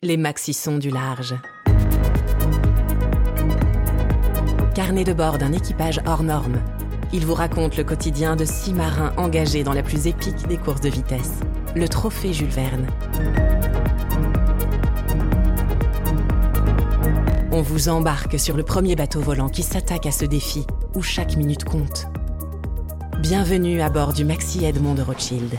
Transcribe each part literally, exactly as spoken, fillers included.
Les maxi-sons du large. Carnet de bord d'un équipage hors norme. Il vous raconte le quotidien de six marins engagés dans la plus épique des courses de vitesse, le trophée Jules Verne. On vous embarque sur le premier bateau volant qui s'attaque à ce défi, où chaque minute compte. Bienvenue à bord du Maxi Edmond de Rothschild.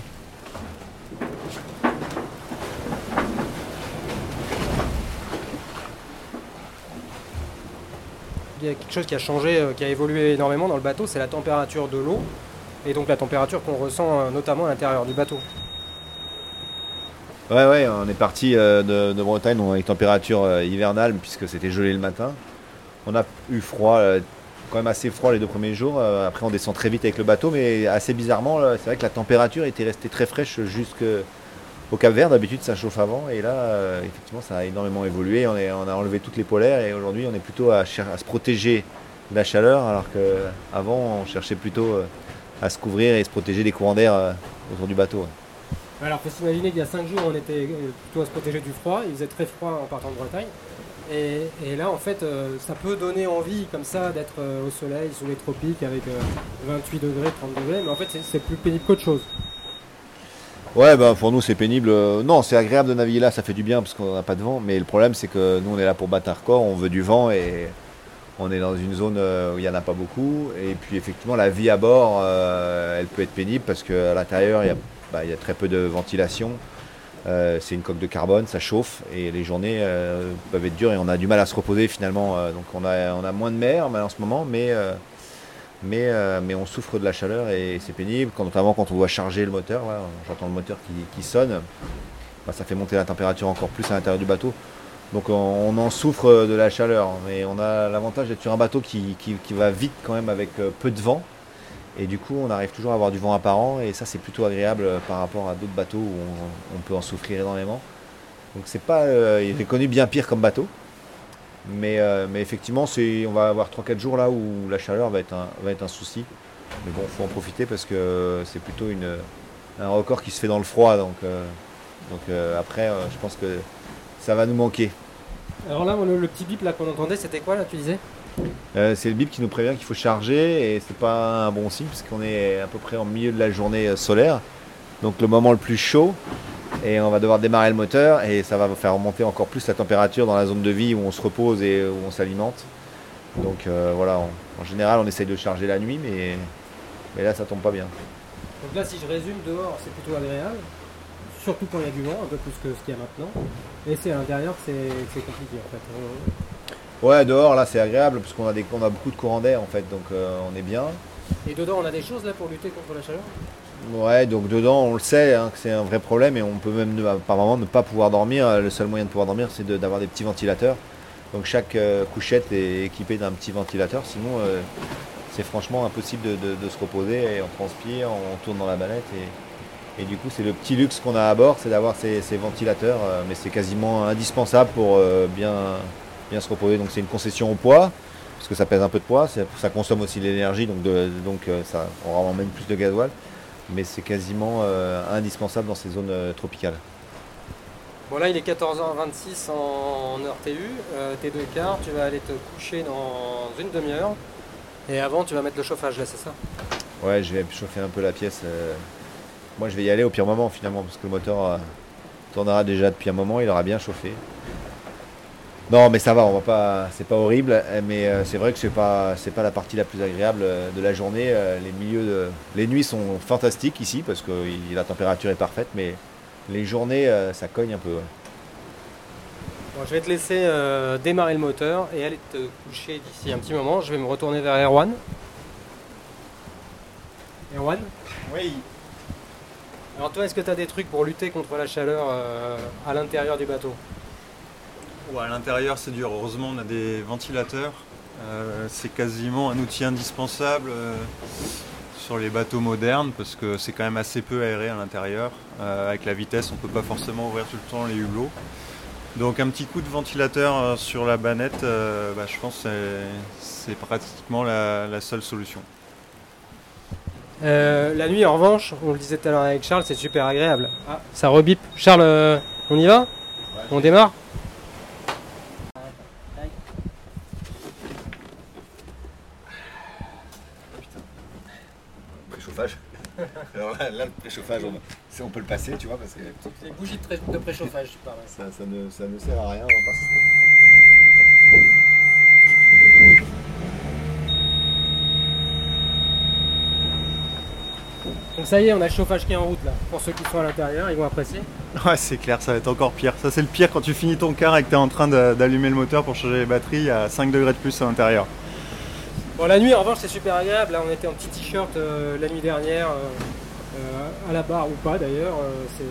Il y a quelque chose qui a changé, qui a évolué énormément dans le bateau, c'est la température de l'eau et donc la température qu'on ressent notamment à l'intérieur du bateau. Ouais, ouais, on est parti de, de Bretagne avec température hivernale puisque c'était gelé le matin. On a eu froid, quand même assez froid les deux premiers jours. Après, on descend très vite avec le bateau, mais assez bizarrement, c'est vrai que la température était restée très fraîche jusqu'au Cap-Vert. D'habitude, ça chauffe avant et là, effectivement, ça a énormément évolué. On, est, on a enlevé toutes les polaires et aujourd'hui, on est plutôt à, à se protéger de la chaleur, alors qu'avant, on cherchait plutôt à se couvrir et se protéger des courants d'air autour du bateau. Alors, il faut s'imaginer qu'il y a cinq jours, on était plutôt à se protéger du froid. Il faisait très froid en partant de Bretagne. Et, et là, en fait, euh, ça peut donner envie, comme ça, d'être euh, au soleil, sous les tropiques, avec euh, vingt-huit degrés, trente degrés. Mais en fait, c'est plus pénible qu'autre chose. Ouais, bah, pour nous, c'est pénible. Euh, non, c'est agréable de naviguer là, ça fait du bien parce qu'on n'a pas de vent. Mais le problème, c'est que nous, on est là pour battre un record, on veut du vent et on est dans une zone où il n'y en a pas beaucoup. Et puis, effectivement, la vie à bord, euh, elle peut être pénible parce qu'à l'intérieur, il y a Bah, il y a très peu de ventilation, euh, c'est une coque de carbone, ça chauffe et les journées euh, peuvent être dures et on a du mal à se reposer finalement. Euh, donc on a, on a moins de mer en ce moment, mais, euh, mais, euh, mais on souffre de la chaleur et c'est pénible, quand, notamment quand on doit charger le moteur. Voilà, j'entends le moteur qui, qui sonne, bah, ça fait monter la température encore plus à l'intérieur du bateau. Donc on, on en souffre de la chaleur, mais on a l'avantage d'être sur un bateau qui, qui, qui va vite quand même avec peu de vent. Et du coup, on arrive toujours à avoir du vent apparent et ça, c'est plutôt agréable par rapport à d'autres bateaux où on, on peut en souffrir énormément. Donc c'est pas, euh, il est connu bien pire comme bateau, mais, euh, mais effectivement, c'est, on va avoir trois quatre jours là où la chaleur va être un, va être un souci. Mais bon, il faut en profiter parce que c'est plutôt une, un record qui se fait dans le froid. Donc, euh, donc euh, après, euh, je pense que ça va nous manquer. Alors là, le, le petit bip là qu'on entendait, c'était quoi là, tu disais ? Euh, c'est le bip qui nous prévient qu'il faut charger et c'est pas un bon signe puisqu'on est à peu près en milieu de la journée solaire, donc le moment le plus chaud, et on va devoir démarrer le moteur et ça va faire remonter encore plus la température dans la zone de vie où on se repose et où on s'alimente. Donc euh, voilà, on, en général on essaye de charger la nuit, mais, mais là ça tombe pas bien. Donc là, si je résume, dehors c'est plutôt agréable, surtout quand il y a du vent, un peu plus que ce qu'il y a maintenant, et c'est à l'intérieur que c'est compliqué en fait. On... Ouais, dehors là c'est agréable parce qu'on a, des, on a beaucoup de courant d'air en fait, donc euh, on est bien. Et dedans on a des choses là pour lutter contre la chaleur ? Ouais, donc dedans on le sait hein, que c'est un vrai problème et on peut même ne, par moment ne pas pouvoir dormir. Le seul moyen de pouvoir dormir c'est de, d'avoir des petits ventilateurs. Donc chaque euh, couchette est équipée d'un petit ventilateur, sinon euh, c'est franchement impossible de, de, de se reposer et on transpire, on tourne dans la banette et, et du coup c'est le petit luxe qu'on a à bord, c'est d'avoir ces, ces ventilateurs, euh, mais c'est quasiment indispensable pour euh, bien... bien se reposer. Donc c'est une concession au poids parce que ça pèse un peu de poids, ça consomme aussi de l'énergie, donc, de, donc ça on ramène plus de gasoil, mais c'est quasiment euh, indispensable dans ces zones euh, tropicales. Bon là il est quatorze heures vingt-six en, en heure T U, euh, T deux quart, tu vas aller te coucher dans une demi-heure et avant tu vas mettre le chauffage là, c'est ça? Ouais, je vais chauffer un peu la pièce. Euh, moi je vais y aller au pire moment finalement parce que le moteur euh, tournera déjà depuis un moment, il aura bien chauffé. Non, mais ça va, on va pas, c'est pas horrible, mais euh, c'est vrai que c'est pas, c'est pas la partie la plus agréable euh, de la journée. Euh, les milieux, de, les nuits sont fantastiques ici parce que y, la température est parfaite, mais les journées, euh, ça cogne un peu. Ouais. Bon, je vais te laisser euh, démarrer le moteur et aller te coucher d'ici un petit moment. Je vais me retourner vers Erwan. Erwan ? Oui. Alors toi, est-ce que tu as des trucs pour lutter contre la chaleur euh, à l'intérieur du bateau ? Ouais, à l'intérieur c'est dur, heureusement on a des ventilateurs, euh, c'est quasiment un outil indispensable euh, sur les bateaux modernes parce que c'est quand même assez peu aéré à l'intérieur, euh, avec la vitesse on ne peut pas forcément ouvrir tout le temps les hublots, donc un petit coup de ventilateur euh, sur la banette, euh, bah, je pense que c'est pratiquement la, la seule solution. Euh, la nuit en revanche, on le disait tout à l'heure avec Charles, c'est super agréable. Ah, ça rebipe. Charles, euh, on y va ? On démarre ? Alors là, là, le préchauffage, on, on peut le passer, tu vois, parce que Les bougies de, pré- de préchauffage, tu parles. ça, ça, ne, ça ne sert à rien. On passe. Donc ça y est, on a le chauffage qui est en route là. Pour ceux qui sont à l'intérieur, ils vont apprécier. Ouais, c'est clair, ça va être encore pire. Ça, c'est le pire quand tu finis ton car et que tu es en train de- d'allumer le moteur pour changer les batteries à cinq degrés de plus à l'intérieur. Bon, la nuit en revanche, c'est super agréable. Là, on était en petit t-shirt euh, la nuit dernière, euh, euh, à la barre ou pas d'ailleurs. Euh, c'est,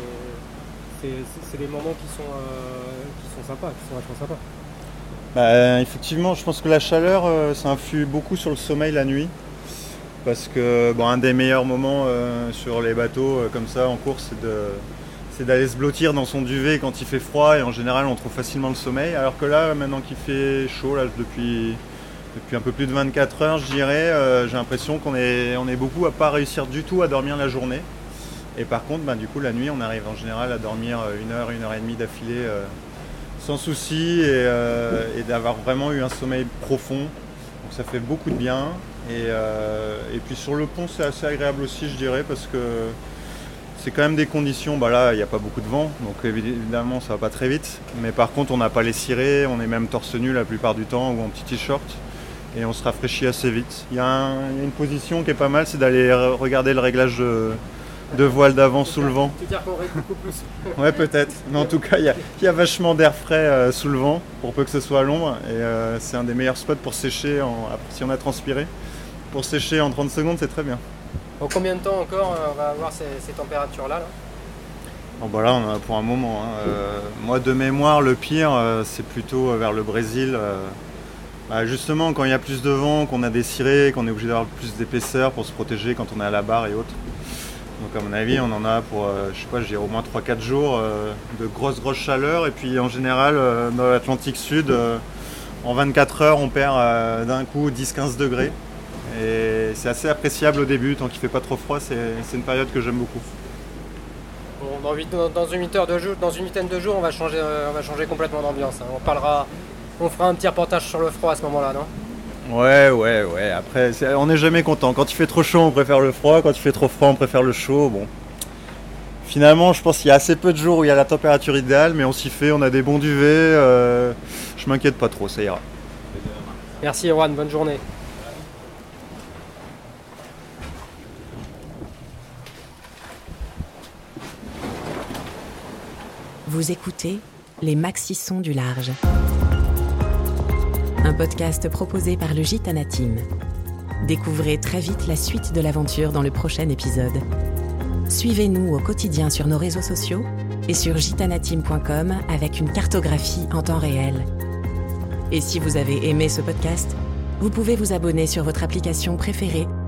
c'est, c'est- c'est des moments qui sont, euh, qui sont sympas, qui sont vachement sympas. Bah, effectivement, je pense que la chaleur, euh, ça influe beaucoup sur le sommeil la nuit. Parce que bon, un des meilleurs moments euh, sur les bateaux euh, comme ça en course, c'est, de, c'est d'aller se blottir dans son duvet quand il fait froid. Et en général, on trouve facilement le sommeil. Alors que là, maintenant qu'il fait chaud, là, depuis, depuis un peu plus de vingt-quatre heures, je dirais, euh, j'ai l'impression qu'on est, on est beaucoup à pas réussir du tout à dormir la journée. Et par contre, bah, du coup, la nuit, on arrive en général à dormir une heure, une heure et demie d'affilée euh, sans souci et, euh, et d'avoir vraiment eu un sommeil profond. Donc ça fait beaucoup de bien. Et, euh, et puis sur le pont, c'est assez agréable aussi, je dirais, parce que c'est quand même des conditions. Bah là, il n'y a pas beaucoup de vent, donc évidemment, ça va pas très vite. Mais par contre, on n'a pas les cirés, on est même torse nu la plupart du temps ou en petit t-shirt. Et on se rafraîchit assez vite. Il y, y a une position qui est pas mal, c'est d'aller regarder le réglage de, de voile d'avant sous le vent. Tu veux dire qu'on règle beaucoup plus. Ouais, peut-être. Mais en tout cas, il y a, il y a vachement d'air frais euh, sous le vent, pour peu que ce soit à l'ombre. Et euh, c'est un des meilleurs spots pour sécher en, si on a transpiré. Pour sécher en trente secondes, c'est très bien. En combien de temps encore euh, on va avoir ces, ces températures-là là Bon, bah là, on en a pour un moment. Hein. Euh, moi, de mémoire, le pire, euh, c'est plutôt vers le Brésil. Euh, bah, justement, quand il y a plus de vent, qu'on a des cirés, qu'on est obligé d'avoir plus d'épaisseur pour se protéger quand on est à la barre et autres. Donc, à mon avis, on en a pour, euh, je sais pas, je dirais au moins trois quatre jours euh, de grosse, grosse chaleur. Et puis, en général, euh, dans l'Atlantique Sud, euh, en vingt-quatre heures, on perd euh, d'un coup dix quinze degrés. Et c'est assez appréciable au début, tant qu'il fait pas trop froid, c'est, c'est une période que j'aime beaucoup. Bon, dans, huit, dans, dans, une huit heures de jour, dans une vingtaine de jours, on va changer, euh, on va changer complètement d'ambiance. Hein. On parlera, on fera un petit reportage sur le froid à ce moment-là, non? Ouais, ouais, ouais. Après, c'est, on n'est jamais content. Quand il fait trop chaud, on préfère le froid. Quand il fait trop froid, on préfère le chaud. Bon. Finalement, je pense qu'il y a assez peu de jours où il y a la température idéale, mais on s'y fait, on a des bons duvets. Euh, je m'inquiète pas trop, ça ira. Merci Erwan, bonne journée. Vous écoutez Les Maxi-Sons du Large, un podcast proposé par le Gitana Team. Découvrez très vite la suite de l'aventure dans le prochain épisode. Suivez-nous au quotidien sur nos réseaux sociaux et sur gitanateam point com avec une cartographie en temps réel. Et si vous avez aimé ce podcast, vous pouvez vous abonner sur votre application préférée